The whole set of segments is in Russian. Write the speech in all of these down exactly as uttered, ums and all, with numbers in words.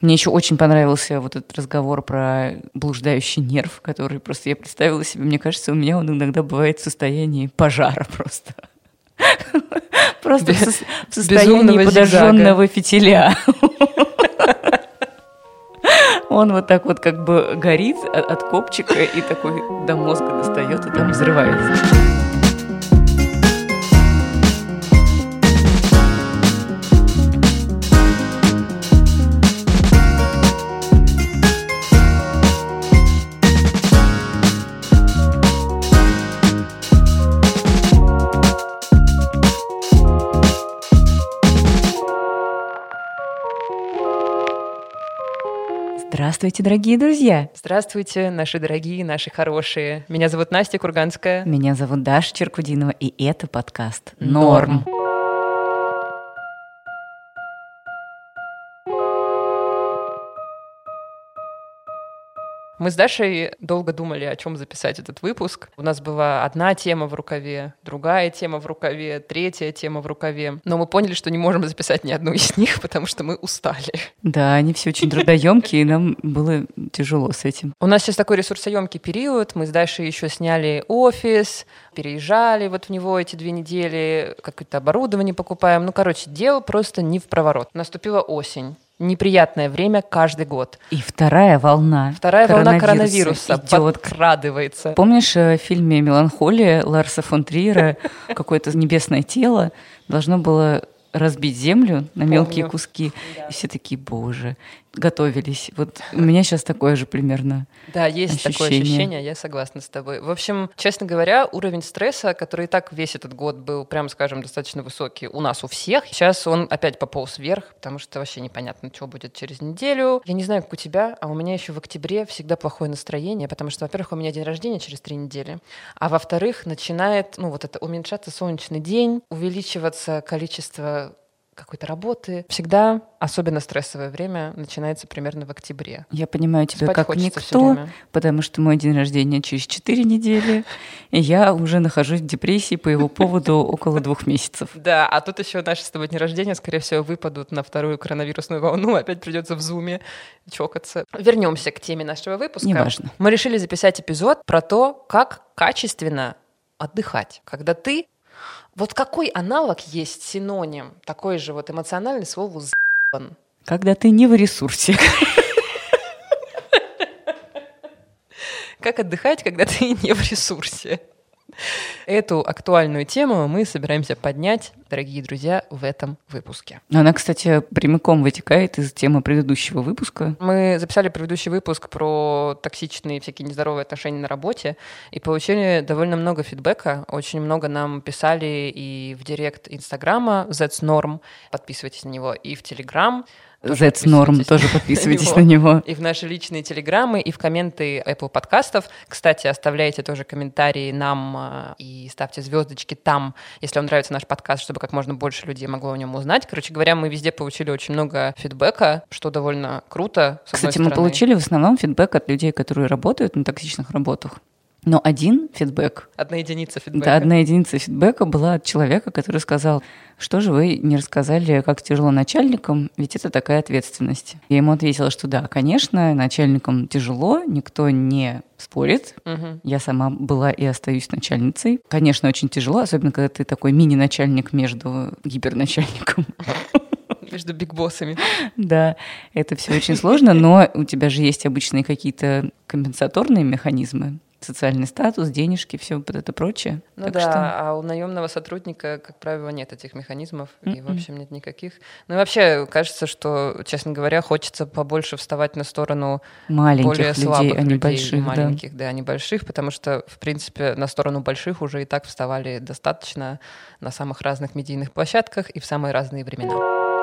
Мне еще очень понравился вот этот разговор про блуждающий нерв, который просто я представила себе. Мне кажется, у меня он иногда бывает в состоянии пожара просто. Просто в состоянии подожженного фитиля. Он вот так вот как бы горит от копчика и такой до мозга достает и там взрывается. Здравствуйте, дорогие друзья! Здравствуйте, наши дорогие, наши хорошие. Меня зовут Настя Курганская. Меня зовут Даша Черкудинова, и это подкаст «Норм». Мы с Дашей долго думали, о чем записать этот выпуск. У нас была одна тема в рукаве, другая тема в рукаве, третья тема в рукаве. Но мы поняли, что не можем записать ни одну из них, потому что мы устали. Да, они все очень трудоемкие, и нам было тяжело с этим. У нас сейчас такой ресурсоемкий период. Мы с Дашей еще сняли офис, переезжали вот в него эти две недели, какое-то оборудование покупаем. Ну, короче, дело просто не в проворот. Наступила осень. Неприятное время каждый год. И вторая волна Вторая волна коронавируса подкрадывается. Помнишь, в фильме «Меланхолия» Ларса фон Триера какое-то небесное тело должно было разбить землю на мелкие Помню. куски? Да. И все такие, боже, готовились. Вот у меня сейчас такое же примерно Да, есть ощущение. такое ощущение, я согласна с тобой. В общем, честно говоря, уровень стресса, который и так весь этот год был, прямо скажем, достаточно высокий у нас у всех, сейчас он опять пополз вверх, потому что вообще непонятно, что будет через неделю. Я не знаю, как у тебя, а у меня еще в октябре всегда плохое настроение, потому что, во-первых, у меня день рождения через три недели, а во-вторых, начинает, ну вот это уменьшаться солнечный день, увеличиваться количество какой-то работы. Всегда, особенно стрессовое время, начинается примерно в октябре. Я понимаю тебя Спать как никто, потому что мой день рождения через четыре недели, и я уже нахожусь в депрессии по его поводу около двух месяцев. Да, а тут еще наши с тобой дни рождения, скорее всего, выпадут на вторую коронавирусную волну, опять придется в зуме чокаться. Вернемся к теме нашего выпуска. Неважно. Мы решили записать эпизод про то, как качественно отдыхать, когда ты... Вот какой аналог есть, синоним, такой же вот эмоциональный слову «з***ан»? Когда ты не в ресурсе. Как отдыхать, когда ты не в ресурсе? Эту актуальную тему мы собираемся поднять, дорогие друзья, в этом выпуске. Она, кстати, прямиком вытекает из темы предыдущего выпуска. Мы записали предыдущий выпуск про токсичные всякие нездоровые отношения на работе и получили довольно много фидбэка. Очень много нам писали и в директ Инстаграма That's Norm, подписывайтесь на него, и в Телеграм. That's Norm, тоже подписывайтесь на него. И в наши личные телеграммы, и в комменты Apple подкастов. Кстати, оставляйте тоже комментарии нам и ставьте звездочки там, если вам нравится наш подкаст, чтобы как можно больше людей могло о нем узнать. Короче говоря, мы везде получили очень много фидбэка, что довольно круто, с Кстати, одной мы получили в основном фидбэк от людей, которые работают на токсичных работах. Но один фидбэк... Одна единица фидбэка. Да, одна единица фидбэка была от человека, который сказал, что же вы не рассказали, как тяжело начальникам, ведь это такая ответственность. Я ему ответила, что да, конечно, начальникам тяжело, никто не спорит. Угу. Я сама была и остаюсь начальницей. Конечно, очень тяжело, особенно когда ты такой мини-начальник между гиперначальником. Между бигбоссами. Да, это все очень сложно, но у тебя же есть обычные какие-то компенсаторные механизмы. Социальный статус, денежки, все вот это прочее. Ну так да, что... а у наемного сотрудника, как правило, нет этих механизмов, Mm-mm. и, в общем, нет никаких. Ну и вообще, кажется, что, честно говоря, хочется побольше вставать на сторону маленьких более людей, слабых а не людей, больших, маленьких, да. да, а не больших, потому что, в принципе, на сторону больших уже и так вставали достаточно на самых разных медийных площадках и в самые разные времена.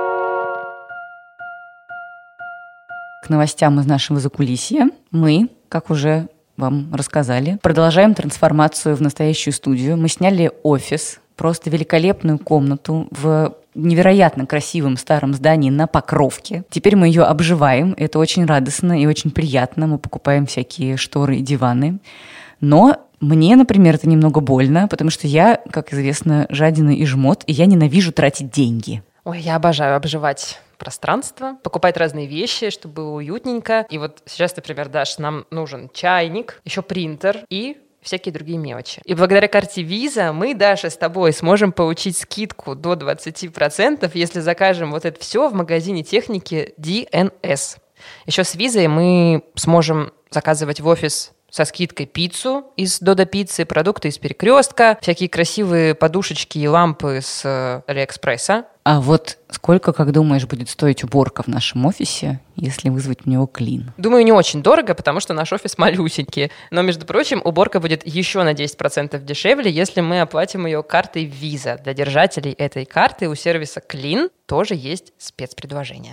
К новостям из нашего закулисья мы, как уже вам рассказали, продолжаем трансформацию в настоящую студию. Мы сняли офис, просто великолепную комнату в невероятно красивом старом здании на Покровке. Теперь мы ее обживаем, это очень радостно и очень приятно. Мы покупаем всякие шторы и диваны. Но мне, например, это немного больно, потому что я, как известно, жадина и жмот, и я ненавижу тратить деньги. Ой, я обожаю обживать пространство, покупать разные вещи, чтобы было уютненько. И вот сейчас, например, Даш, нам нужен чайник, еще принтер и всякие другие мелочи. И благодаря карте Visa мы, Даша, с тобой сможем получить скидку до двадцать процентов, если закажем вот это все в магазине техники ди эн эс. Еще с Visa мы сможем заказывать в офис со скидкой пиццу из Додо Пиццы, продукты из Перекрестка, всякие красивые подушечки и лампы с Алиэкспресса. А вот сколько, как думаешь, будет стоить уборка в нашем офисе, если вызвать в него клин? Думаю, не очень дорого, потому что наш офис малюсенький. Но, между прочим, уборка будет еще на десять процентов дешевле, если мы оплатим ее картой Visa. Для держателей этой карты у сервиса Clean тоже есть спецпредложение.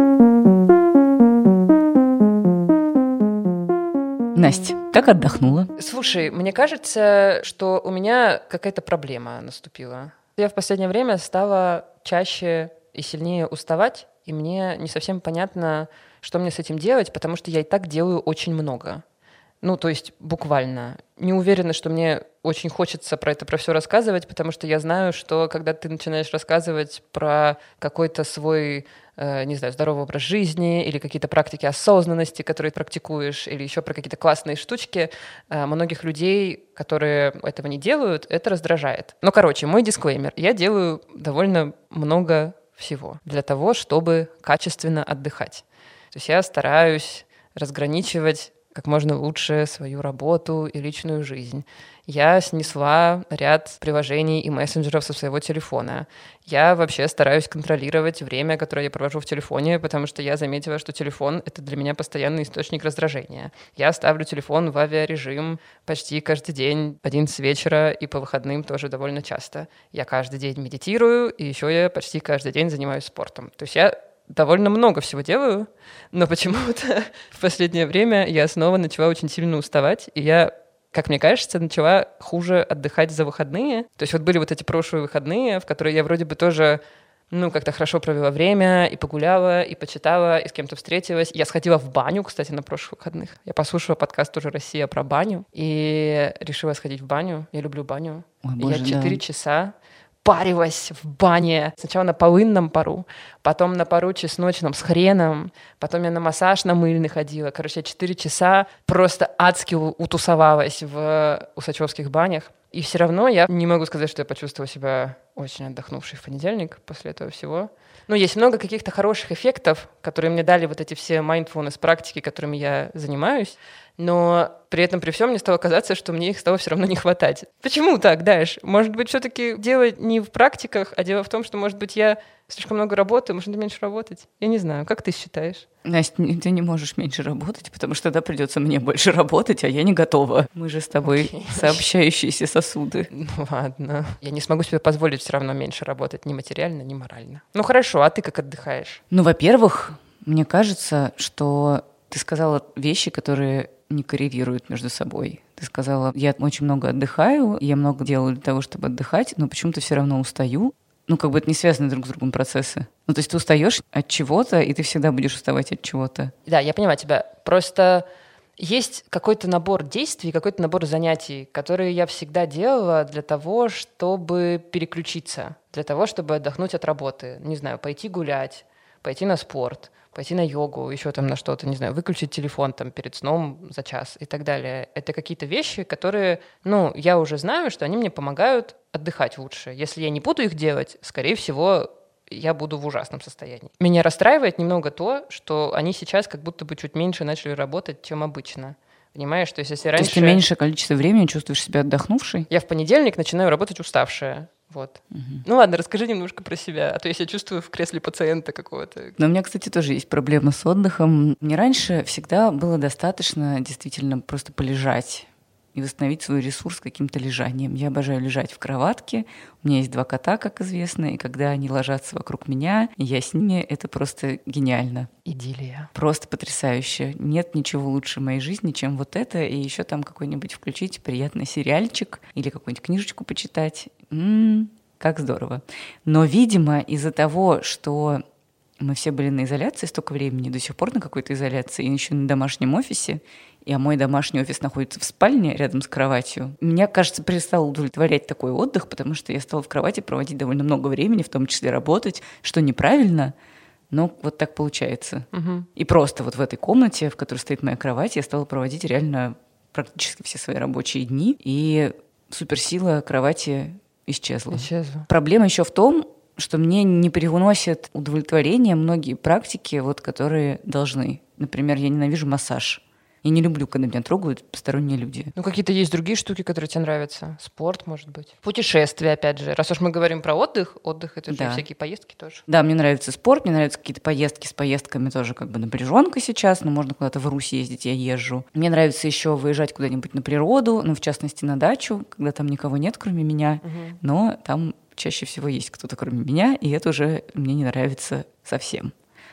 Настя, как отдохнула? Слушай, мне кажется, что у меня какая-то проблема наступила. Я в последнее время стала чаще и сильнее уставать, и мне не совсем понятно, что мне с этим делать, потому что я и так делаю очень много. Ну, то есть буквально. Не уверена, что мне очень хочется про это, про все рассказывать, потому что я знаю, что когда ты начинаешь рассказывать про какой-то свой, э, не знаю, здоровый образ жизни или какие-то практики осознанности, которые практикуешь, или еще про какие-то классные штучки, э, многих людей, которые этого не делают, это раздражает. Ну, короче, мой дисклеймер. Я делаю довольно много всего для того, чтобы качественно отдыхать. То есть я стараюсь разграничивать как можно лучше свою работу и личную жизнь. Я снесла ряд приложений и мессенджеров со своего телефона. Я вообще стараюсь контролировать время, которое я провожу в телефоне, потому что я заметила, что телефон — это для меня постоянный источник раздражения. Я ставлю телефон в авиарежим почти каждый день, в одиннадцать вечера, и по выходным тоже довольно часто. Я каждый день медитирую, и еще я почти каждый день занимаюсь спортом. То есть я довольно много всего делаю, но почему-то в последнее время я снова начала очень сильно уставать, и я, как мне кажется, начала хуже отдыхать за выходные. То есть вот были вот эти прошлые выходные, в которые я вроде бы тоже, ну, как-то хорошо провела время, и погуляла, и почитала, и с кем-то встретилась. Я сходила в баню, кстати, на прошлых выходных. Я послушала подкаст тоже «Россия» про баню, и решила сходить в баню. Я люблю баню. Ой, боже, я четыре да. часа парилась в бане. Сначала на полынном пару, потом на пару чесночном с хреном, потом я на массаж на мыльный ходила. Короче, я четыре часа просто адски утусовалась в усачевских банях. И все равно я не могу сказать, что я почувствовала себя очень отдохнувшей в понедельник после этого всего. Ну, есть много каких-то хороших эффектов, которые мне дали вот эти все mindfulness-практики, которыми я занимаюсь, но при этом, при всем, мне стало казаться, что мне их стало все равно не хватать. Почему так, Даш? Может быть, все-таки дело не в практиках, а дело в том, что, может быть, я слишком много работаю, может, надо меньше работать? Я не знаю. Как ты считаешь? Настя, ты не можешь меньше работать, потому что тогда придется мне больше работать, а я не готова. Мы же с тобой okay. сообщающиеся сосуды. Ну ладно. Я не смогу себе позволить все равно меньше работать ни материально, ни морально. Ну хорошо, а ты как отдыхаешь? Ну, во-первых, мне кажется, что ты сказала вещи, которые не коррелируют между собой. Ты сказала, я очень много отдыхаю, я много делаю для того, чтобы отдыхать, но почему-то все равно устаю. Ну, как бы это не связаны друг с другом процессы. Ну, то есть ты устаешь от чего-то, и ты всегда будешь уставать от чего-то. Да, я понимаю тебя. Просто есть какой-то набор действий, какой-то набор занятий, которые я всегда делала для того, чтобы переключиться, для того, чтобы отдохнуть от работы. Не знаю, пойти гулять, пойти на спорт, пойти на йогу, еще там на что-то, не знаю, выключить телефон там перед сном за час и так далее. Это какие-то вещи, которые, ну, я уже знаю, что они мне помогают отдыхать лучше. Если я не буду их делать, скорее всего, я буду в ужасном состоянии. Меня расстраивает немного то, что они сейчас как будто бы чуть меньше начали работать, чем обычно. Понимаешь, то есть если раньше... То есть ты меньшее количество времени чувствуешь себя отдохнувшей? Я в понедельник начинаю работать уставшая. Вот. Угу. Ну ладно, расскажи немножко про себя, а то я себя чувствую в кресле пациента какого-то. Но у меня, кстати, тоже есть проблема с отдыхом. Мне раньше всегда было достаточно действительно просто полежать и восстановить свой ресурс каким-то лежанием. Я обожаю лежать в кроватке. У меня есть два кота, как известно, и когда они ложатся вокруг меня, и я с ними, это просто гениально. Идиллия. Просто потрясающе. Нет ничего лучше в моей жизни, чем вот это, и еще там какой-нибудь включить приятный сериальчик или какую-нибудь книжечку почитать. М-м, как здорово. Но, видимо, из-за того, что мы все были на изоляции столько времени, до сих пор на какой-то изоляции, и еще на домашнем офисе, а мой домашний офис находится в спальне рядом с кроватью, меня, кажется, перестал удовлетворять такой отдых, потому что я стала в кровати проводить довольно много времени, в том числе работать, что неправильно, но вот так получается. Угу. И просто вот в этой комнате, в которой стоит моя кровать, я стала проводить реально практически все свои рабочие дни, и суперсила кровати исчезла. Исчезла. Проблема еще в том, что мне не приносят удовлетворение многие практики, вот, которые должны. Например, я ненавижу массаж. Я не люблю, когда меня трогают посторонние люди. Ну, какие-то есть другие штуки, которые тебе нравятся. Спорт, может быть. Путешествия, опять же. Раз уж мы говорим про отдых, отдых — это Да. же всякие поездки тоже. Да, мне нравится спорт, мне нравятся какие-то поездки. С поездками тоже как бы напряженка сейчас, но можно куда-то в Русь ездить, я езжу. Мне нравится еще выезжать куда-нибудь на природу, ну, в частности, на дачу, когда там никого нет, кроме меня, Угу. но там чаще всего есть кто-то, кроме меня, и это уже мне не нравится совсем.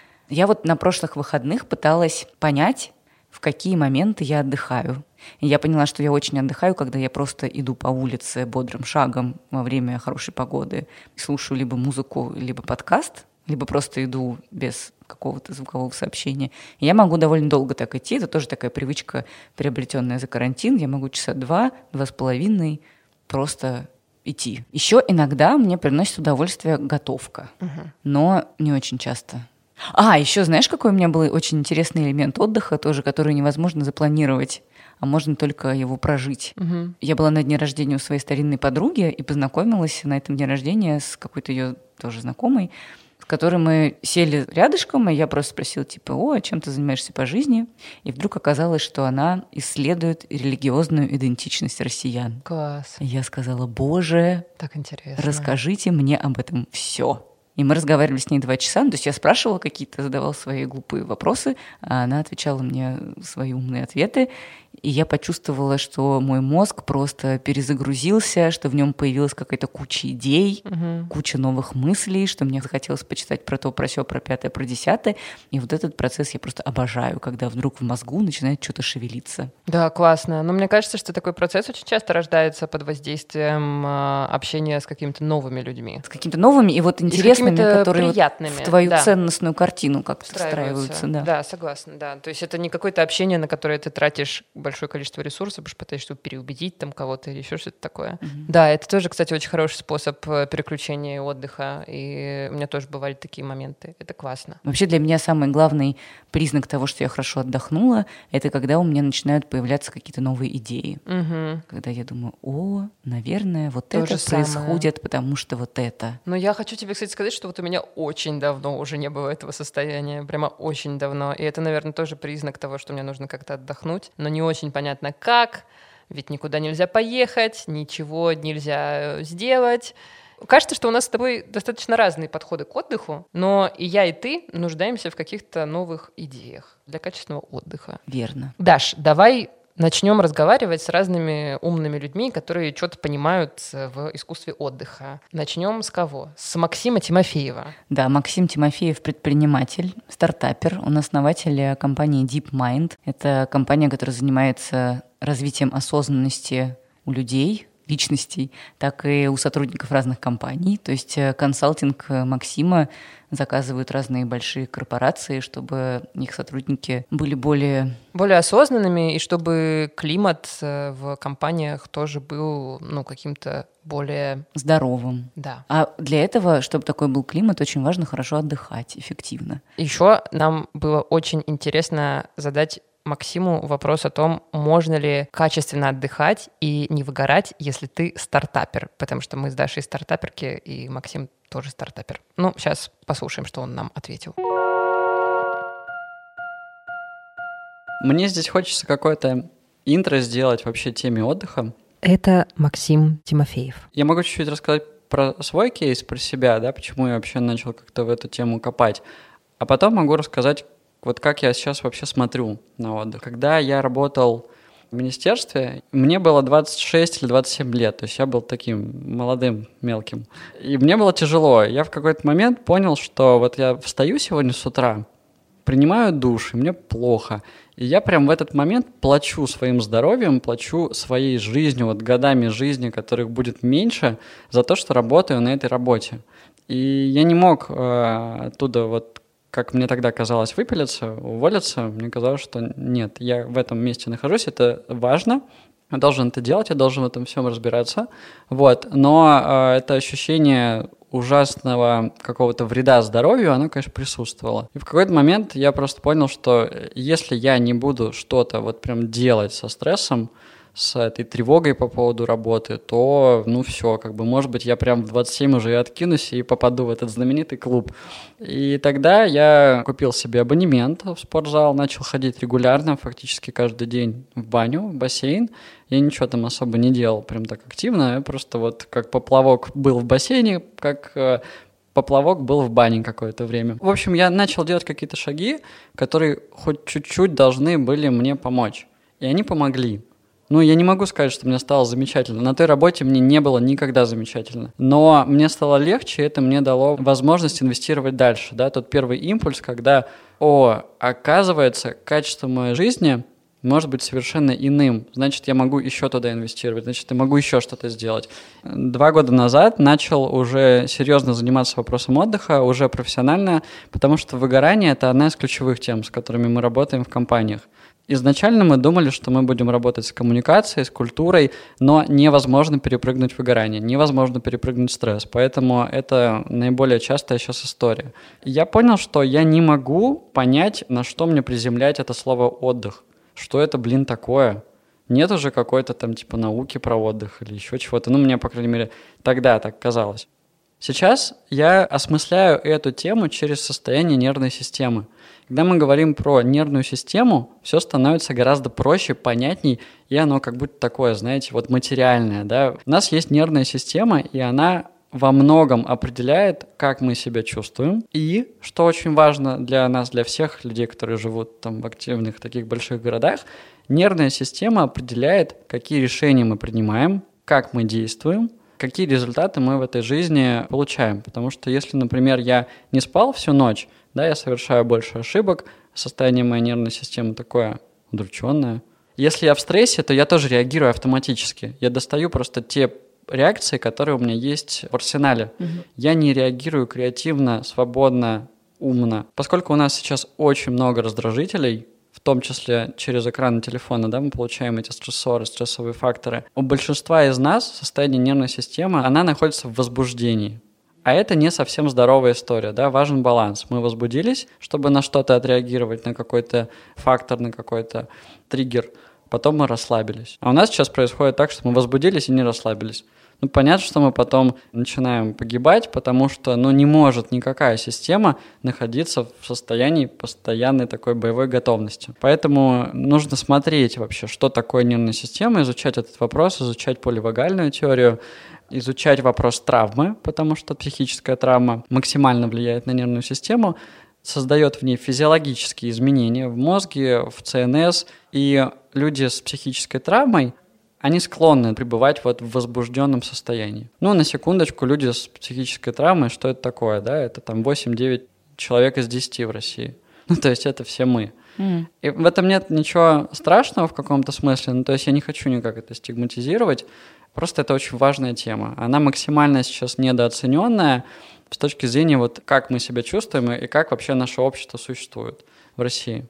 Я вот на прошлых выходных пыталась понять, в какие моменты я отдыхаю. И я поняла, что я очень отдыхаю, когда я просто иду по улице бодрым шагом во время хорошей погоды, слушаю либо музыку, либо подкаст, либо просто иду без какого-то звукового сообщения. И я могу довольно долго так идти. Это тоже такая привычка, приобретенная за карантин. Я могу часа два, два с половиной просто идти. Еще иногда мне приносит удовольствие готовка, Угу. но не очень часто. А, еще знаешь, какой у меня был очень интересный элемент отдыха тоже, который невозможно запланировать, а можно только его прожить. Угу. Я была на дне рождения у своей старинной подруги и познакомилась на этом дне рождения с какой-то ее тоже знакомой, с которой мы сели рядышком, и я просто спросила, типа, о, а чем ты занимаешься по жизни? И вдруг оказалось, что она исследует религиозную идентичность россиян. Класс. И я сказала, боже, Так интересно. расскажите мне об этом все. И мы разговаривали с ней два часа. Ну, то есть я спрашивала какие-то, задавала свои глупые вопросы, а она отвечала мне свои умные ответы. И я почувствовала, что мой мозг просто перезагрузился, что в нем появилась какая-то куча идей, Угу. куча новых мыслей, что мне захотелось почитать про то, про сё, про пятое, про десятое. И вот этот процесс я просто обожаю, когда вдруг в мозгу начинает что-то шевелиться. Да, классно. Но мне кажется, что такой процесс очень часто рождается под воздействием э, общения с какими-то новыми людьми. С какими-то новыми и вот интересными, какими-то которые вот приятными, в твою да. ценностную картину как-то Встраиваются. встраиваются. Да. Да, согласна, да. То есть это не какое-то общение, на которое ты тратишь большое количество ресурсов, потому что пытаешься переубедить там кого-то или еще что-то такое. Мгм. Да, это тоже, кстати, очень хороший способ э, переключения и отдыха. И у меня тоже бывали такие моменты. Это классно. Вообще для меня самый главный признак того, что я хорошо отдохнула, это когда у меня начинают появляться какие-то новые идеи. Угу. Когда я думаю, о, наверное, вот То это же самое. происходит, потому что вот это. Но я хочу тебе, кстати, сказать, что вот у меня очень давно уже не было этого состояния. Прямо очень давно. И это, наверное, тоже признак того, что мне нужно как-то отдохнуть. Но не очень понятно как. Ведь никуда нельзя поехать, ничего нельзя сделать. Кажется, что у нас с тобой достаточно разные подходы к отдыху, но и я, и ты нуждаемся в каких-то новых идеях для качественного отдыха. Верно. Даш, давай начнем разговаривать с разными умными людьми, которые что-то понимают в искусстве отдыха. Начнем с кого? С Максима Тимофеева. Да, Максим Тимофеев — предприниматель, стартапер. Он основатель компании DeepMind. Это компания, которая занимается развитием осознанности у людей, личностей, так и у сотрудников разных компаний. То есть консалтинг Максима заказывают разные большие корпорации, чтобы их сотрудники были более... Более осознанными, и чтобы климат в компаниях тоже был, ну, каким-то более... здоровым. Да. А для этого, чтобы такой был климат, очень важно хорошо отдыхать эффективно. Еще нам было очень интересно задать Максиму вопрос о том, можно ли качественно отдыхать и не выгорать, если ты стартапер. Потому что мы с Дашей стартаперки, и Максим тоже стартапер. Ну, сейчас послушаем, что он нам ответил. Мне здесь хочется какое-то интро сделать вообще теме отдыха. Это Максим Тимофеев. Я могу чуть-чуть рассказать про свой кейс, про себя, да, почему я вообще начал как-то в эту тему копать. А потом могу рассказать, вот как я сейчас вообще смотрю на отдых. Когда я работал в министерстве, мне было двадцать шесть или двадцать семь лет, то есть я был таким молодым, мелким. И мне было тяжело. Я в какой-то момент понял, что вот я встаю сегодня с утра, принимаю душ, и мне плохо. И я прям в этот момент плачу своим здоровьем, плачу своей жизнью, вот годами жизни, которых будет меньше, за то, что работаю на этой работе. И я не мог э, оттуда вот, как мне тогда казалось, выпилиться, уволиться. Мне казалось, что нет, я в этом месте нахожусь, это важно, Я должен это делать, я должен в этом всем разбираться. Вот. Но э, это ощущение ужасного какого-то вреда здоровью, оно, конечно, присутствовало. И в какой-то момент я просто понял, что если я не буду что-то вот прям делать со стрессом, с этой тревогой по поводу работы, то, ну, все, как бы, может быть, я прям в двадцать семь уже и откинусь и попаду в этот знаменитый клуб. И тогда я купил себе абонемент в спортзал, начал ходить регулярно, фактически каждый день в баню, в бассейн. Я ничего там особо не делал прям так активно, я просто вот как поплавок был в бассейне, как поплавок был в бане какое-то время. В общем, я начал делать какие-то шаги, которые хоть чуть-чуть должны были мне помочь. И они помогли. Ну, я не могу сказать, что мне стало замечательно. На той работе мне не было никогда замечательно. Но мне стало легче, и это мне дало возможность инвестировать дальше. Да? Тот первый импульс, когда, о, оказывается, качество моей жизни может быть совершенно иным. Значит, я могу еще туда инвестировать, значит, я могу еще что-то сделать. Два года назад начал уже серьезно заниматься вопросом отдыха, уже профессионально, потому что выгорание – это одна из ключевых тем, с которыми мы работаем в компаниях. Изначально мы думали, что мы будем работать с коммуникацией, с культурой, но невозможно перепрыгнуть выгорание, невозможно перепрыгнуть стресс, поэтому это наиболее частая сейчас история. Я понял, что я не могу понять, на что мне приземлять это слово «отдых». Что это, блин, такое? Нет уже какой-то там типа науки про отдых или еще чего-то. Ну, мне, по крайней мере, тогда так казалось. Сейчас я осмысляю эту тему через состояние нервной системы. Когда мы говорим про нервную систему, все становится гораздо проще, понятней, и оно как будто такое, знаете, вот материальное. Да? У нас есть нервная система, и она во многом определяет, как мы себя чувствуем. И, что очень важно для нас, для всех людей, которые живут там в активных таких больших городах, нервная система определяет, какие решения мы принимаем, как мы действуем, какие результаты мы в этой жизни получаем. Потому что если, например, я не спал всю ночь, да, я совершаю больше ошибок, состояние моей нервной системы такое удрученное. Если я в стрессе, то я тоже реагирую автоматически. Я достаю просто те реакции, которые у меня есть в арсенале. Угу. Я не реагирую креативно, свободно, умно. Поскольку у нас сейчас очень много раздражителей, в том числе через экраны телефона, да, мы получаем эти стрессоры, стрессовые факторы. У большинства из нас состояние нервной системы, она находится в возбуждении. А это не совсем здоровая история, да, важен баланс. Мы возбудились, чтобы на что-то отреагировать, на какой-то фактор, на какой-то триггер, потом мы расслабились. А у нас сейчас происходит так, что мы возбудились и не расслабились. Ну, понятно, что мы потом начинаем погибать, потому что, ну, не может никакая система находиться в состоянии постоянной такой боевой готовности. Поэтому нужно смотреть вообще, что такое нервная система, изучать этот вопрос, изучать поливагальную теорию, изучать вопрос травмы, потому что психическая травма максимально влияет на нервную систему, создает в ней физиологические изменения в мозге, в ЦНС, и люди с психической травмой, они склонны пребывать вот в возбужденном состоянии. Ну, на секундочку, люди с психической травмой, что это такое, да? Это там восемь-девять человек из десяти в России. Ну, то есть это все мы. Mm. И в этом нет ничего страшного в каком-то смысле, ну, то есть я не хочу никак это стигматизировать, просто это очень важная тема. Она максимально сейчас недооцененная с точки зрения вот как мы себя чувствуем и как вообще наше общество существует в России.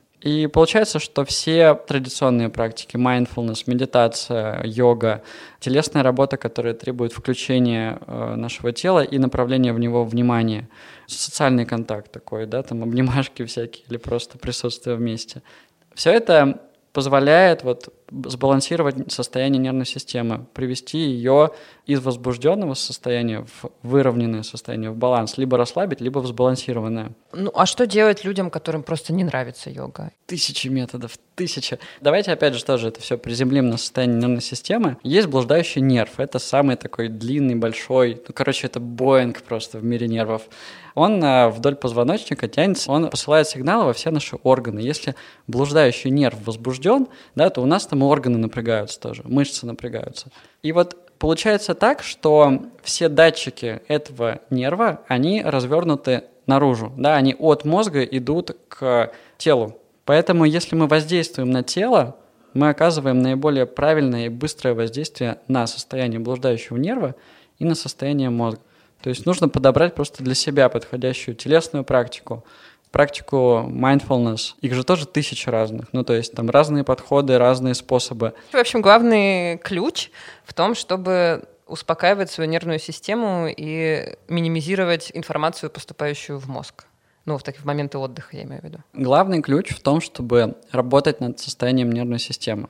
И получается, что все традиционные практики, mindfulness, медитация, йога, телесная работа, которая требует включения э, нашего тела и направления в него внимания, социальный контакт такой, да, там обнимашки всякие или просто присутствие вместе. Все это позволяет вот сбалансировать состояние нервной системы, привести ее из возбужденного состояния в выровненное состояние, в баланс, либо расслабить, либо в сбалансированное. Ну, а что делать людям, которым просто не нравится йога? Тысячи методов, тысячи. Давайте опять же тоже это все приземлим на состояние нервной системы. Есть блуждающий нерв, это самый такой длинный, большой, ну, короче, это Боинг просто в мире нервов. Он а, вдоль позвоночника тянется, он посылает сигналы во все наши органы. Если блуждающий нерв возбужден, да, то у нас там и органы напрягаются тоже, мышцы напрягаются. И вот получается так, что все датчики этого нерва, они развернуты наружу, да, они от мозга идут к телу. Поэтому если мы воздействуем на тело, мы оказываем наиболее правильное и быстрое воздействие на состояние блуждающего нерва и на состояние мозга. То есть нужно подобрать просто для себя подходящую телесную практику, практику mindfulness. Их же тоже тысячи разных. Ну, то есть там разные подходы, разные способы. В общем, главный ключ в том, чтобы успокаивать свою нервную систему и минимизировать информацию, поступающую в мозг. Ну, в такие в моменты отдыха, я имею в виду. Главный ключ в том, чтобы работать над состоянием нервной системы.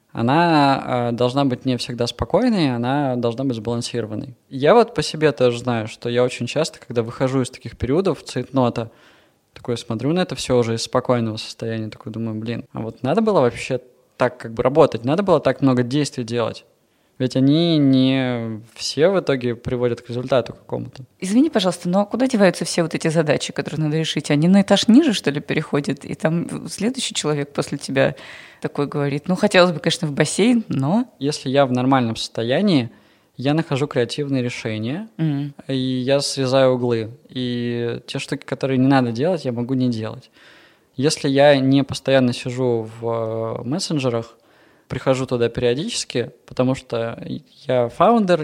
Она э, должна быть не всегда спокойной, она должна быть сбалансированной. Я вот по себе тоже знаю, что я очень часто, когда выхожу из таких периодов цейтнота, такой смотрю на это все уже из спокойного состояния, такой думаю, блин, а вот надо было вообще так как бы работать, надо было так много действий делать. Ведь они не все в итоге приводят к результату какому-то. Извини, пожалуйста, но куда деваются все вот эти задачи, которые надо решить? Они на этаж ниже, что ли, переходят? И там следующий человек после тебя такой говорит, ну, хотелось бы, конечно, в бассейн, но... Если я в нормальном состоянии, я нахожу креативные решения, Mm. и я срезаю углы. И те штуки, которые не надо делать, я могу не делать. Если я не постоянно сижу в мессенджерах, прихожу туда периодически, потому что я фаундер,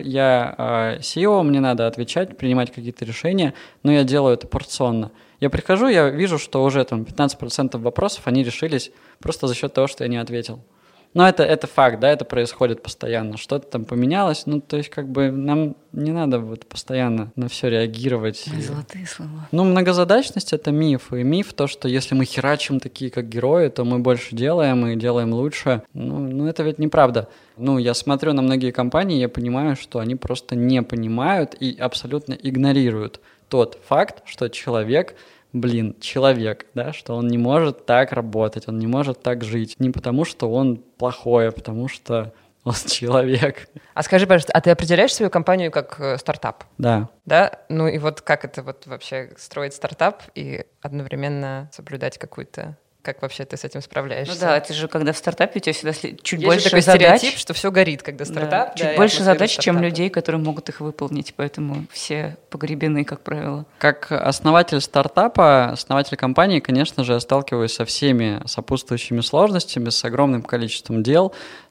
я си и о, мне надо отвечать, принимать какие-то решения, но я делаю это порционно. Я прихожу, я вижу, что уже там пятнадцать процентов вопросов, они решились просто за счет того, что я не ответил. Но это, это факт, да, это происходит постоянно. Что-то там поменялось, ну, то есть как бы нам не надо вот постоянно на все реагировать. Золотые слова. Ну, многозадачность — это миф. И миф то, что если мы херачим такие, как герои, то мы больше делаем и делаем лучше. Ну, ну это ведь неправда. Ну, я смотрю на многие компании, я понимаю, что они просто не понимают и абсолютно игнорируют тот факт, что человек... Блин, человек, да, что он не может так работать, он не может так жить. Не потому, что он плохой, а потому что он человек. А скажи, пожалуйста, а ты определяешь свою компанию как э, стартап? Да. Да? Ну и вот как это вот вообще строить стартап и одновременно соблюдать какую-то... Как вообще ты с этим справляешься? Ну да, это же когда в стартапе у тебя всегда чуть Есть больше же такой задач. стереотип, что все горит, когда стартап. Да, Да, чуть и больше атмосфера задач, чем стартапа. людей, которые могут их выполнить, поэтому все погребены, как правило. Как основатель стартапа, основатель компании, конечно же, я сталкиваюсь со всеми сопутствующими сложностями, с огромным количеством дел,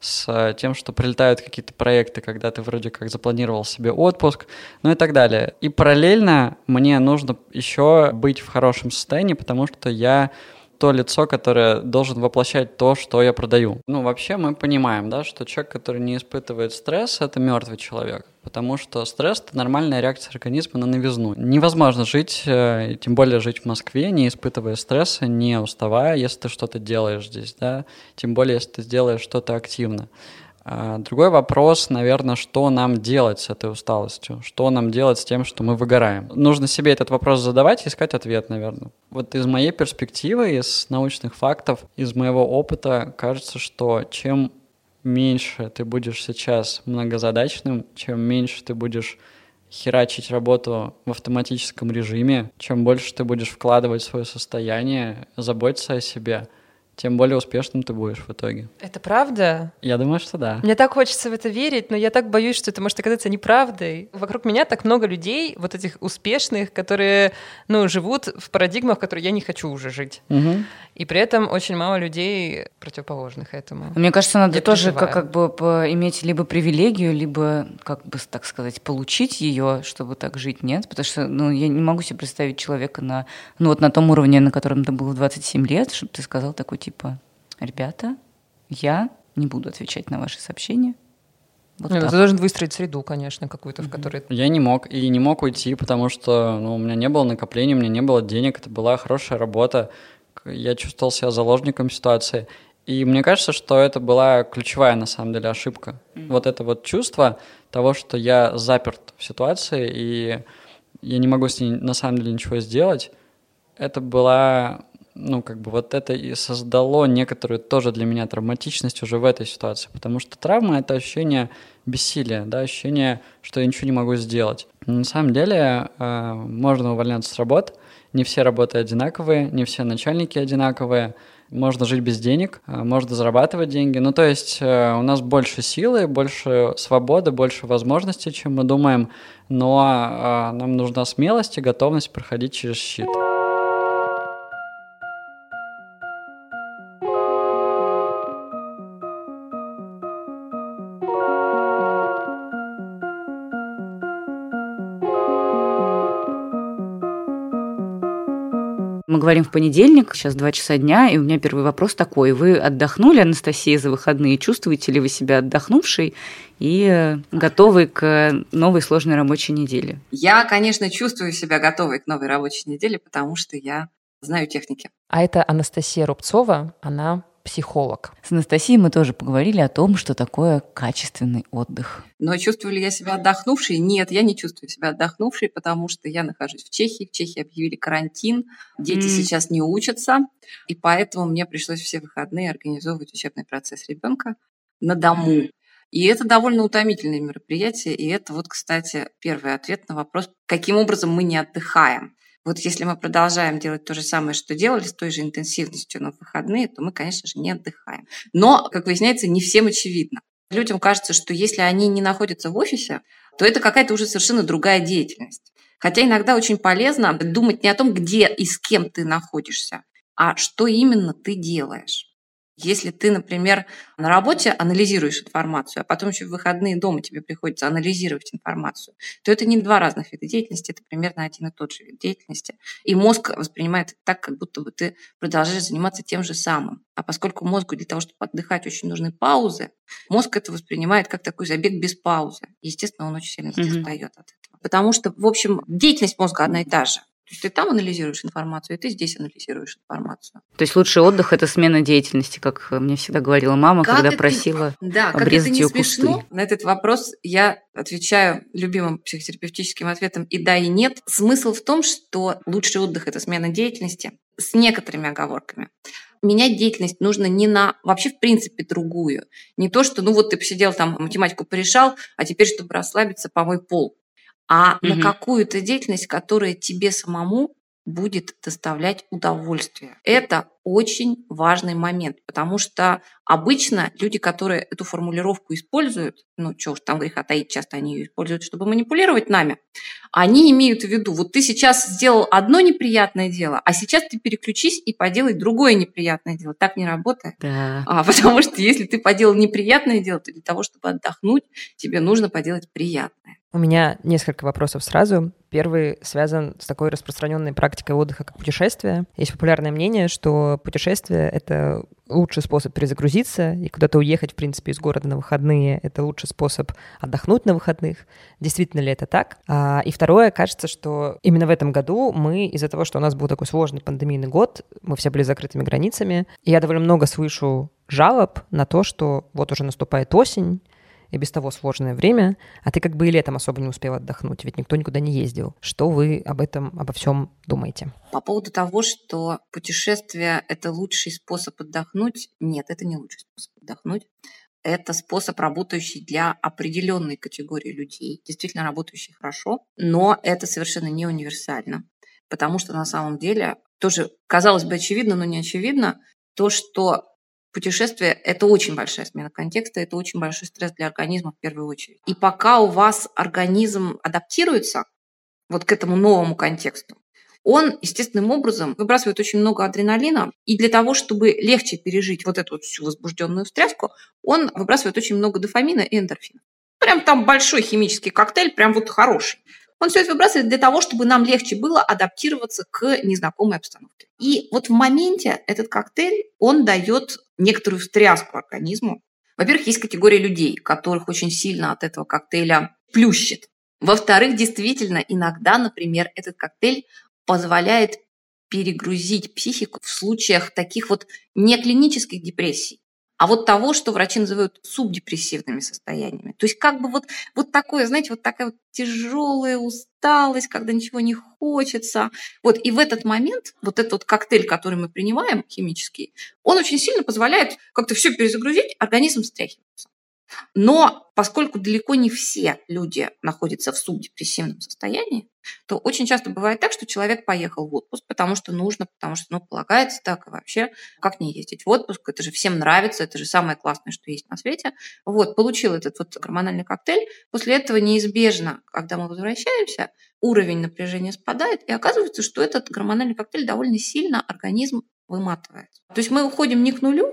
с тем, что прилетают какие-то проекты, когда ты вроде как запланировал себе отпуск, ну и так далее. И параллельно мне нужно еще быть в хорошем состоянии, потому что я то лицо, которое должен воплощать то, что я продаю. Ну, вообще мы понимаем, да, что человек, который не испытывает стресс, это мертвый человек, потому что стресс — это нормальная реакция организма на новизну. Невозможно жить, тем более жить в Москве, не испытывая стресса, не уставая, если ты что-то делаешь здесь, да, тем более, если ты сделаешь что-то активно. Другой вопрос, наверное, что нам делать с этой усталостью, что нам делать с тем, что мы выгораем. Нужно себе этот вопрос задавать и искать ответ, наверное. Вот из моей перспективы, из научных фактов, из моего опыта кажется, что чем меньше ты будешь сейчас многозадачным, чем меньше ты будешь херачить работу в автоматическом режиме, чем больше ты будешь вкладывать в свое состояние, заботиться о себе, тем более успешным ты будешь в итоге. Это правда? Я думаю, что да. Мне так хочется в это верить, но я так боюсь, что это может оказаться неправдой. Вокруг меня так много людей, вот этих успешных, которые, ну, живут в парадигмах, в которые я не хочу уже жить. Угу. И при этом очень мало людей противоположных этому. Мне кажется, надо Я тоже переживаю. как, как бы по- иметь либо привилегию, либо, как бы так сказать, получить ее, чтобы так жить, нет? Потому что, ну, я не могу себе представить человека на, ну, вот на том уровне, на котором ты был в двадцать семь лет, чтобы ты сказал такой, типа, ребята, я не буду отвечать на ваши сообщения. Вот Ну, так. ты должен выстроить среду, конечно, какую-то, в Мгм. которой... Я не мог, и не мог уйти, потому что ну, у меня не было накоплений, у меня не было денег, это была хорошая работа, я чувствовал себя заложником ситуации. И мне кажется, что это была ключевая, на самом деле, ошибка. Mm-hmm. Вот это вот чувство того, что я заперт в ситуации, и я не могу с ней, на самом деле, ничего сделать, это была... Ну, как бы вот это и создало некоторую тоже для меня травматичность уже в этой ситуации, потому что травма — это ощущение бессилия, да, ощущение, что я ничего не могу сделать. Но на самом деле э, можно увольняться с работ, не все работы одинаковые, не все начальники одинаковые, можно жить без денег, э, можно зарабатывать деньги. Ну, то есть э, у нас больше силы, больше свободы, больше возможностей, чем мы думаем, но э, нам нужна смелость и готовность проходить через щит. Мы мы говорим в понедельник, сейчас два часа дня, и у меня первый вопрос такой. Вы отдохнули, Анастасия, за выходные? Чувствуете ли вы себя отдохнувшей и готовы к новой сложной рабочей неделе? Я, конечно, чувствую себя готовой к новой рабочей неделе, потому что я знаю техники. А это Анастасия Рубцова, она психолог. С Анастасией мы тоже поговорили о том, что такое качественный отдых. Но чувствую ли я себя отдохнувшей? Нет, я не чувствую себя отдохнувшей, потому что я нахожусь в Чехии. В Чехии объявили карантин, дети mm. сейчас не учатся, и поэтому мне пришлось все выходные организовывать учебный процесс ребенка на дому. И это довольно утомительное мероприятие, и это вот, кстати, первый ответ на вопрос, каким образом мы не отдыхаем. Вот если мы продолжаем делать то же самое, что делали, с той же интенсивностью на выходные, то мы, конечно же, не отдыхаем. Но, как выясняется, не всем очевидно. Людям кажется, что если они не находятся в офисе, то это какая-то уже совершенно другая деятельность. Хотя иногда очень полезно думать не о том, где и с кем ты находишься, а что именно ты делаешь. Если ты, например, на работе анализируешь информацию, а потом еще в выходные дома тебе приходится анализировать информацию, то это не два разных вида деятельности, это примерно один и тот же вид деятельности. И мозг воспринимает это так, как будто бы ты продолжаешь заниматься тем же самым. А поскольку мозгу для того, чтобы отдыхать, очень нужны паузы, мозг это воспринимает как такой забег без паузы. И, естественно, он очень сильно mm-hmm. устает от этого. Потому что, в общем, деятельность мозга одна и та же. То есть ты там анализируешь информацию, и ты здесь анализируешь информацию. То есть лучший отдых – это смена деятельности, как мне всегда говорила мама, как когда это, просила да, обрезать ее кусты. Смешно. На этот вопрос я отвечаю любимым психотерапевтическим ответом и да, и нет. Смысл в том, что лучший отдых – это смена деятельности с некоторыми оговорками. Менять деятельность нужно не на вообще в принципе другую. Не то, что ну вот ты посидел там, математику порешал, а теперь, чтобы расслабиться, помой пол. А mm-hmm. на какую-то деятельность, которая тебе самому будет доставлять удовольствие. Это очень важный момент, потому что обычно люди, которые эту формулировку используют, ну, что уж там греха таить, часто они ее используют, чтобы манипулировать нами, они имеют в виду, вот ты сейчас сделал одно неприятное дело, а сейчас ты переключись и поделай другое неприятное дело. Так не работает. Да. А, потому что если ты поделал неприятное дело, то для того, чтобы отдохнуть, тебе нужно поделать приятное. У меня несколько вопросов сразу. Первый связан с такой распространенной практикой отдыха, как путешествие. Есть популярное мнение, что путешествие — это лучший способ перезагрузиться, и куда-то уехать, в принципе, из города на выходные — это лучший способ отдохнуть на выходных. Действительно ли это так? А, и второе, кажется, что именно в этом году мы, из-за того, что у нас был такой сложный пандемийный год, мы все были закрытыми границами, и я довольно много слышу жалоб на то, что вот уже наступает осень, и без того сложное время, а ты как бы и летом особо не успел отдохнуть, ведь никто никуда не ездил. Что вы об этом, обо всем думаете? По поводу того, что путешествие – это лучший способ отдохнуть, нет, это не лучший способ отдохнуть. Это способ, работающий для определенной категории людей, действительно работающий хорошо, но это совершенно не универсально, потому что на самом деле тоже, казалось бы, очевидно, но не очевидно, то, что путешествие – это очень большая смена контекста, это очень большой стресс для организма в первую очередь. И пока у вас организм адаптируется вот к этому новому контексту, он естественным образом выбрасывает очень много адреналина, и для того, чтобы легче пережить вот эту вот всю возбужденную встряску, он выбрасывает очень много дофамина и эндорфина. Прям там большой химический коктейль, прям вот хороший. Он все это выбрасывает для того, чтобы нам легче было адаптироваться к незнакомой обстановке. И вот в моменте этот коктейль, он дает некоторую встряску организму. Во-первых, есть категория людей, которых очень сильно от этого коктейля плющит. Во-вторых, действительно, иногда, например, этот коктейль позволяет перегрузить психику в случаях таких вот не клинических депрессий, а вот того, что врачи называют субдепрессивными состояниями. То есть как бы вот, вот такое, знаете, вот такая вот тяжелая усталость, когда ничего не хочется. Вот, и в этот момент вот этот вот коктейль, который мы принимаем, химический, он очень сильно позволяет как-то все перезагрузить, организм встряхивается. Но поскольку далеко не все люди находятся в субдепрессивном состоянии, то очень часто бывает так, что человек поехал в отпуск, потому что нужно, потому что, ну, полагается так, и вообще, как не ездить в отпуск, это же всем нравится, это же самое классное, что есть на свете. Вот, получил этот вот гормональный коктейль, после этого неизбежно, когда мы возвращаемся, уровень напряжения спадает, и оказывается, что этот гормональный коктейль довольно сильно организм выматывает. То есть мы уходим не к нулю,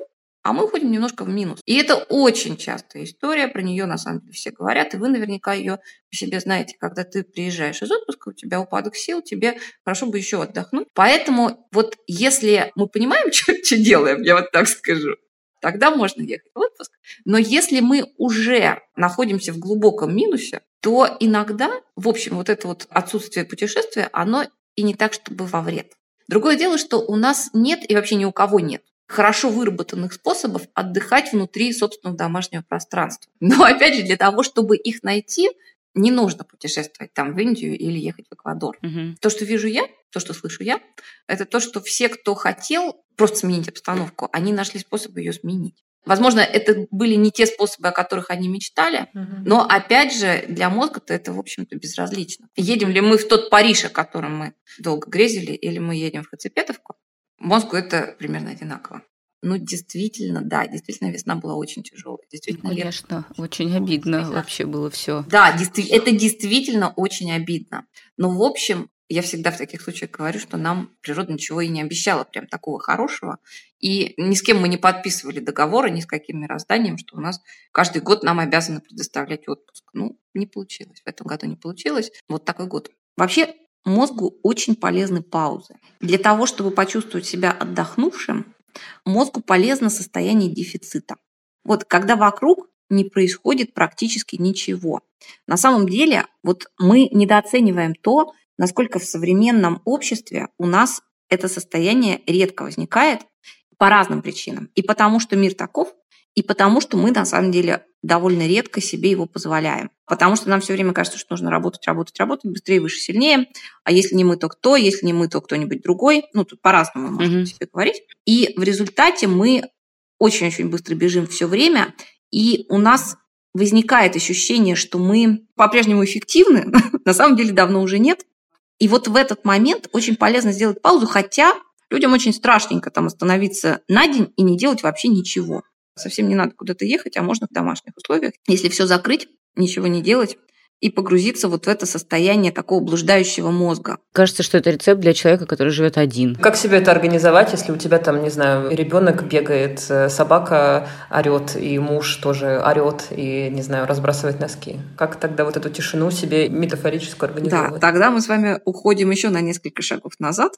а мы уходим немножко в минус. И это очень частая история, про нее на самом деле все говорят, и вы наверняка ее по себе знаете, когда ты приезжаешь из отпуска, у тебя упадок сил, тебе хорошо бы еще отдохнуть. Поэтому вот если мы понимаем, что, что делаем, я вот так скажу, тогда можно ехать в отпуск. Но если мы уже находимся в глубоком минусе, то иногда, в общем, вот это вот отсутствие путешествия, оно и не так, чтобы во вред. Другое дело, что у нас нет, и вообще ни у кого нет, хорошо выработанных способов отдыхать внутри собственного домашнего пространства. Но опять же, для того, чтобы их найти, не нужно путешествовать там в Индию или ехать в Эквадор. Угу. То, что вижу я, то, что слышу я, это то, что все, кто хотел просто сменить обстановку, они нашли способ ее сменить. Возможно, это были не те способы, о которых они мечтали, угу. но, опять же, для мозга-то это, в общем-то, безразлично. Едем ли мы в тот Париж, о котором мы долго грезили, или мы едем в Хацепетовку, мозгу это примерно одинаково. Ну, действительно, да, действительно, весна была очень тяжелая. Действительно, конечно, лет... очень обидно Весна. Вообще было все. Да, действи- это действительно очень обидно. Но, в общем, я всегда в таких случаях говорю, что нам природа ничего и не обещала прям такого хорошего. И ни с кем мы не подписывали договора, ни с каким мирозданием, что у нас каждый год нам обязаны предоставлять отпуск. Ну, не получилось. В этом году не получилось. Вот такой год. Вообще, мозгу очень полезны паузы. Для того, чтобы почувствовать себя отдохнувшим, мозгу полезно состояние дефицита. Вот когда вокруг не происходит практически ничего. На самом деле, вот мы недооцениваем то, насколько в современном обществе у нас это состояние редко возникает по разным причинам. И потому что мир таков, и потому что мы на самом деле довольно редко себе его позволяем. Потому что нам все время кажется, что нужно работать, работать, работать, быстрее, выше, сильнее. А если не мы, то кто? Если не мы, то кто-нибудь другой. Ну, тут по-разному можно mm-hmm. себе говорить. И в результате мы очень-очень быстро бежим все время, и у нас возникает ощущение, что мы по-прежнему эффективны, на самом деле давно уже нет. И вот в этот момент очень полезно сделать паузу, хотя людям очень страшненько там остановиться на день и не делать вообще ничего. Совсем не надо куда-то ехать, а можно в домашних условиях, если все закрыть, ничего не делать и погрузиться вот в это состояние такого блуждающего мозга. Кажется, что это рецепт для человека, который живет один. Как себе это организовать, если у тебя там, не знаю, ребенок бегает, собака орет, и муж тоже орет, и, не знаю, разбрасывает носки? Как тогда вот эту тишину себе метафорическую организовать? Да, тогда мы с вами уходим еще на несколько шагов назад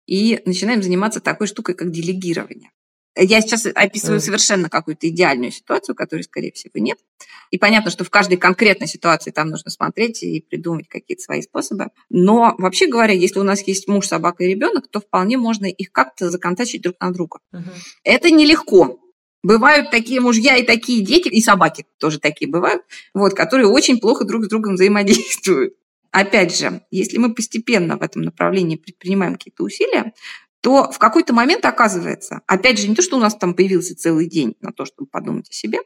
и начинаем заниматься такой штукой, как делегирование. Я сейчас описываю mm. совершенно какую-то идеальную ситуацию, которой, скорее всего, нет. И понятно, что в каждой конкретной ситуации там нужно смотреть и придумать какие-то свои способы. Но, вообще говоря, если у нас есть муж, собака и ребенок, то вполне можно их как-то законтачить друг на друга. Mm-hmm. Это нелегко. Бывают такие мужья и такие дети, и собаки тоже такие бывают, вот, которые очень плохо друг с другом взаимодействуют. Опять же, если мы постепенно в этом направлении предпринимаем какие-то усилия, то в какой-то момент оказывается, опять же, не то, что у нас там появился целый день на то, чтобы подумать о себе,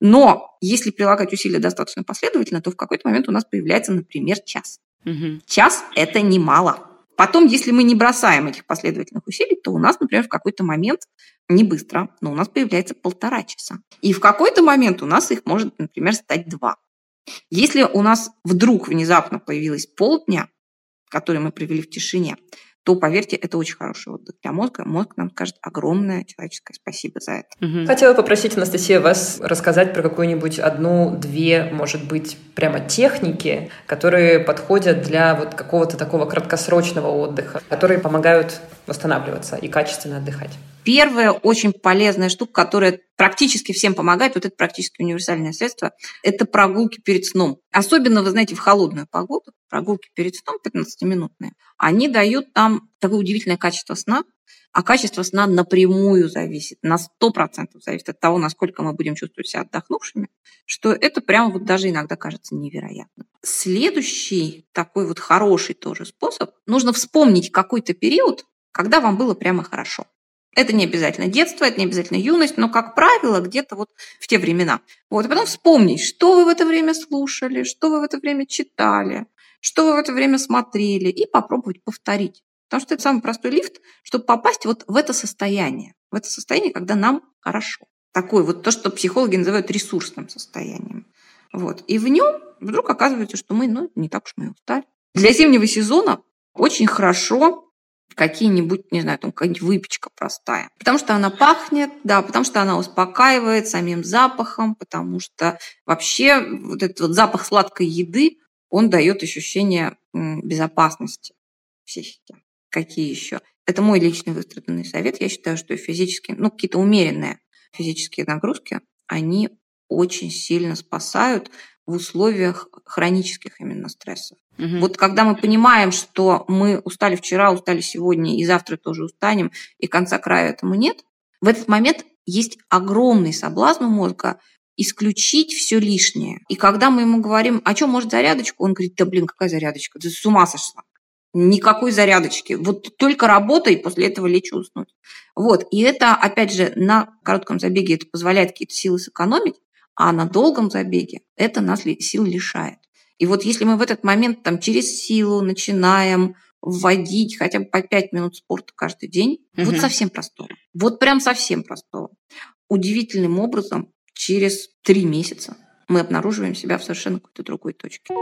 но если прилагать усилия достаточно последовательно, то в какой-то момент у нас появляется, например, час. Угу. Час – это немало. Потом, если мы не бросаем этих последовательных усилий, то у нас, например, в какой-то момент, не быстро, но у нас появляется полтора часа. И в какой-то момент у нас их может, например, стать два. Если у нас вдруг внезапно появилось полдня, который мы провели в тишине, то, поверьте, это очень хороший отдых для мозга. Мозг нам скажет огромное человеческое спасибо за это. Угу. Хотела попросить, Анастасия, вас рассказать про какую-нибудь одну-две, может быть, прямо техники, которые подходят для вот какого-то такого краткосрочного отдыха, которые помогают восстанавливаться и качественно отдыхать. Первая очень полезная штука, которая практически всем помогает, вот это практически универсальное средство, это прогулки перед сном. Особенно, вы знаете, в холодную погоду, прогулки перед сном пятнадцатиминутные, они дают нам такое удивительное качество сна, а качество сна напрямую зависит, на сто процентов зависит от того, насколько мы будем чувствовать себя отдохнувшими, что это прямо вот даже иногда кажется невероятным. Следующий такой вот хороший тоже способ, нужно вспомнить какой-то период, когда вам было прямо хорошо. Это не обязательно детство, это не обязательно юность, но, как правило, где-то вот в те времена. Вот, и потом вспомнить, что вы в это время слушали, что вы в это время читали, что вы в это время смотрели, и попробовать повторить. Потому что это самый простой лифт, чтобы попасть вот в это состояние, в это состояние, когда нам хорошо. Такое вот то, что психологи называют ресурсным состоянием. Вот. И в нем вдруг оказывается, что мы, ну, не так уж мы и устали. Для зимнего сезона очень хорошо какие-нибудь, не знаю, там какая-нибудь выпечка простая. Потому что она пахнет, да, потому что она успокаивает самим запахом, потому что вообще вот этот вот запах сладкой еды, он дает ощущение безопасности психики. Какие еще? Это мой личный выстраданный совет. Я считаю, что физические, ну, какие-то умеренные физические нагрузки, они очень сильно спасают в условиях хронических именно стрессов. Угу. Вот когда мы понимаем, что мы устали вчера, устали сегодня и завтра тоже устанем, и конца края этому нет, в этот момент есть огромный соблазн у мозга исключить все лишнее. И когда мы ему говорим, а что, может, зарядочку? Он говорит, да блин, какая зарядочка? Ты с ума сошла. Никакой зарядочки. Вот только работа, и после этого лечь и уснуть. Вот. И это, опять же, на коротком забеге это позволяет какие-то силы сэкономить, а на долгом забеге это нас сил лишает. И вот если мы в этот момент там, через силу начинаем вводить хотя бы по пять минут спорта каждый день, угу. вот совсем простого, вот прям совсем простого, удивительным образом через три месяца мы обнаруживаем себя в совершенно какой-то другой точке.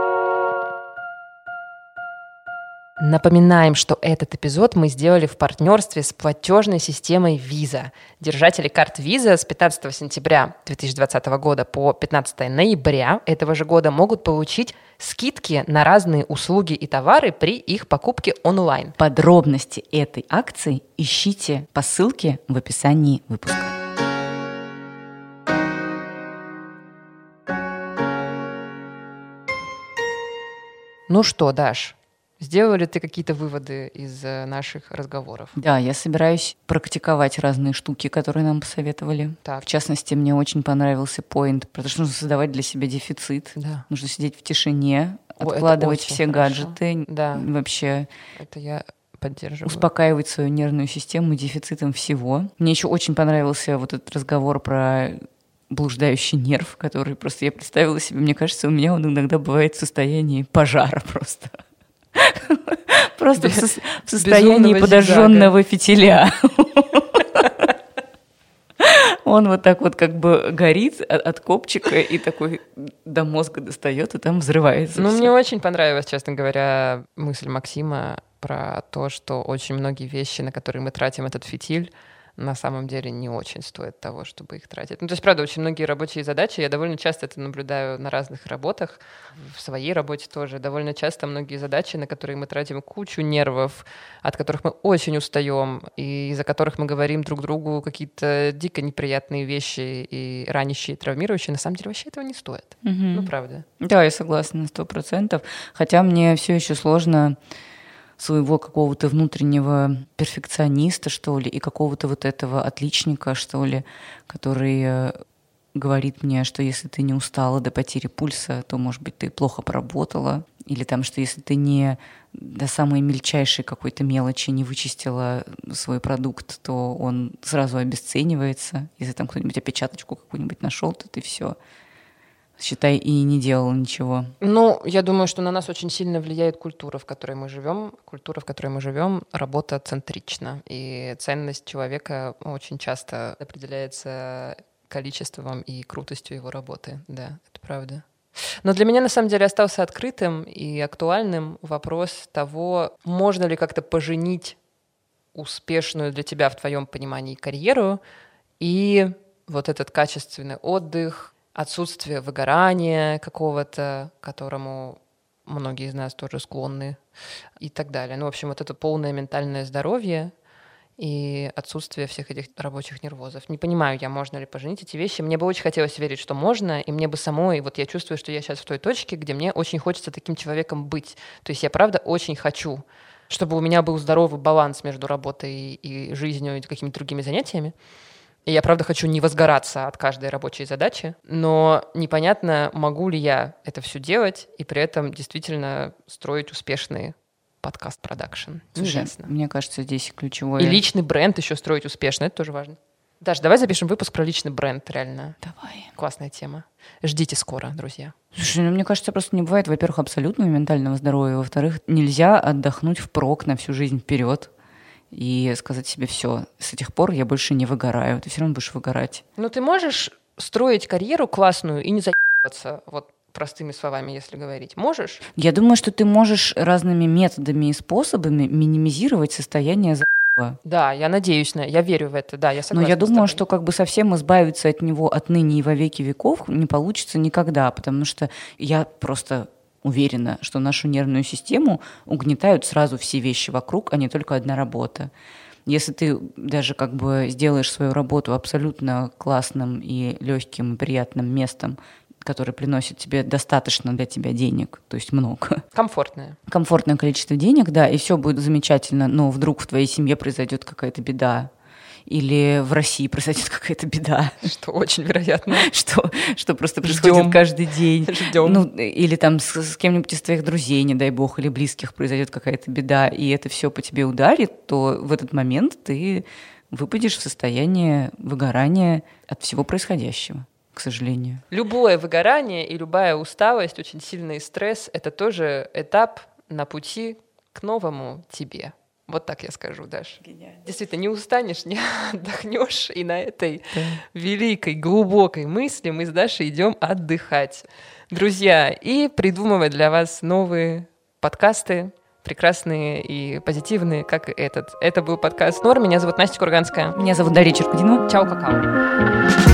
Напоминаем, что этот эпизод мы сделали в партнерстве с платежной системой Visa. Держатели карт Visa с пятнадцатого сентября две тысячи двадцатого года по пятнадцатого ноября этого же года могут получить скидки на разные услуги и товары при их покупке онлайн. Подробности этой акции ищите по ссылке в описании выпуска. Ну что, Даш, сделала ли ты какие-то выводы из наших разговоров? Да, я собираюсь практиковать разные штуки, которые нам посоветовали. Так. В частности, мне очень понравился поинт, потому что нужно создавать для себя дефицит. Да. Нужно сидеть в тишине, О, откладывать все хорошо. гаджеты. Да. Вообще это я поддерживаю. Успокаивать свою нервную систему дефицитом всего. Мне еще очень понравился вот этот разговор про блуждающий нерв, который просто я представила себе, мне кажется, у меня он иногда бывает в состоянии пожара просто. Просто в, со- в состоянии подожженного фитиля. Он вот так вот как бы горит от, от копчика и такой до мозга достает, и там взрывается. Ну, всё. мне очень понравилась, честно говоря, мысль Максима про то, что очень многие вещи, на которые мы тратим этот фитиль, на самом деле не очень стоит того, чтобы их тратить. Ну, то есть, правда, очень многие рабочие задачи, я довольно часто это наблюдаю на разных работах, в своей работе тоже, довольно часто многие задачи, на которые мы тратим кучу нервов, от которых мы очень устаем, и из-за которых мы говорим друг другу какие-то дико неприятные вещи и ранящие, травмирующие, на самом деле вообще этого не стоит. Угу. Ну, правда. Да, я согласна на сто процентов. Хотя мне все еще сложно своего какого-то внутреннего перфекциониста, что ли, и какого-то вот этого отличника, что ли, который говорит мне, что если ты не устала до потери пульса, то, может быть, ты плохо поработала, или там, что если ты не до самой мельчайшей какой-то мелочи не вычистила свой продукт, то он сразу обесценивается. Если там кто-нибудь опечаточку какую-нибудь нашел, то ты все, считай, и не делал ничего. Ну, я думаю, что на нас очень сильно влияет культура, в которой мы живем. Культура, в которой мы живем, работа центрична. И ценность человека очень часто определяется количеством и крутостью его работы. Да, это правда. Но для меня, на самом деле, остался открытым и актуальным вопрос того, можно ли как-то поженить успешную для тебя, в твоем понимании, карьеру и вот этот качественный отдых, отсутствие выгорания какого-то, к которому многие из нас тоже склонны, и так далее. Ну, в общем, вот это полное ментальное здоровье и отсутствие всех этих рабочих нервозов. Не понимаю я, можно ли поженить эти вещи. Мне бы очень хотелось верить, что можно, и мне бы самой, вот я чувствую, что я сейчас в той точке, где мне очень хочется таким человеком быть. То есть я, правда, очень хочу, чтобы у меня был здоровый баланс между работой и жизнью и какими-то другими занятиями. И я, правда, хочу не возгораться от каждой рабочей задачи, но непонятно, могу ли я это все делать и при этом действительно строить успешный подкаст-продакшн. Неясно. Мне кажется, здесь ключевое... И личный бренд еще строить успешно, это тоже важно. Даш, давай запишем выпуск про личный бренд, реально. Давай. Классная тема. Ждите скоро, друзья. Слушай, ну мне кажется, просто не бывает, во-первых, абсолютного ментального здоровья, во-вторых, нельзя отдохнуть впрок на всю жизнь вперед и сказать себе: все, с этих пор я больше не выгораю. Ты все равно будешь выгорать. Ну ты можешь строить карьеру классную и не заебываться вот простыми словами, если говорить. Можешь? Я думаю, что ты можешь разными методами и способами минимизировать состояние за***ва. Да, я надеюсь на, я верю в это, да, я согласна. Но я с думаю, тобой. что как бы совсем избавиться от него отныне и во веки веков не получится никогда, потому что я просто уверена, что нашу нервную систему угнетают сразу все вещи вокруг, а не только одна работа. Если ты даже как бы сделаешь свою работу абсолютно классным и легким, приятным местом, которое приносит тебе достаточно для тебя денег, то есть много. Комфортное. Комфортное количество денег, да, и все будет замечательно, но вдруг в твоей семье произойдет какая-то беда, или в России произойдет какая-то беда. Что очень вероятно. Что, что просто происходит Ждем. каждый день. Ждем. Ну, или там с, с кем-нибудь из твоих друзей, не дай бог, или близких произойдет какая-то беда, и это все по тебе ударит, то в этот момент ты выпадешь в состояние выгорания от всего происходящего, к сожалению. Любое выгорание и любая усталость, очень сильный стресс — это тоже этап на пути к новому тебе. Вот так я скажу, Даш. Гениально. Действительно, не устанешь, не отдохнешь. И на этой да. великой, глубокой мысли мы с Дашей идем отдыхать. Друзья, и придумывать для вас новые подкасты, прекрасные и позитивные, как и этот. Это был подкаст «Норм». Меня зовут Настя Курганская. Меня зовут Дарья Черкудинова. Чао, какао.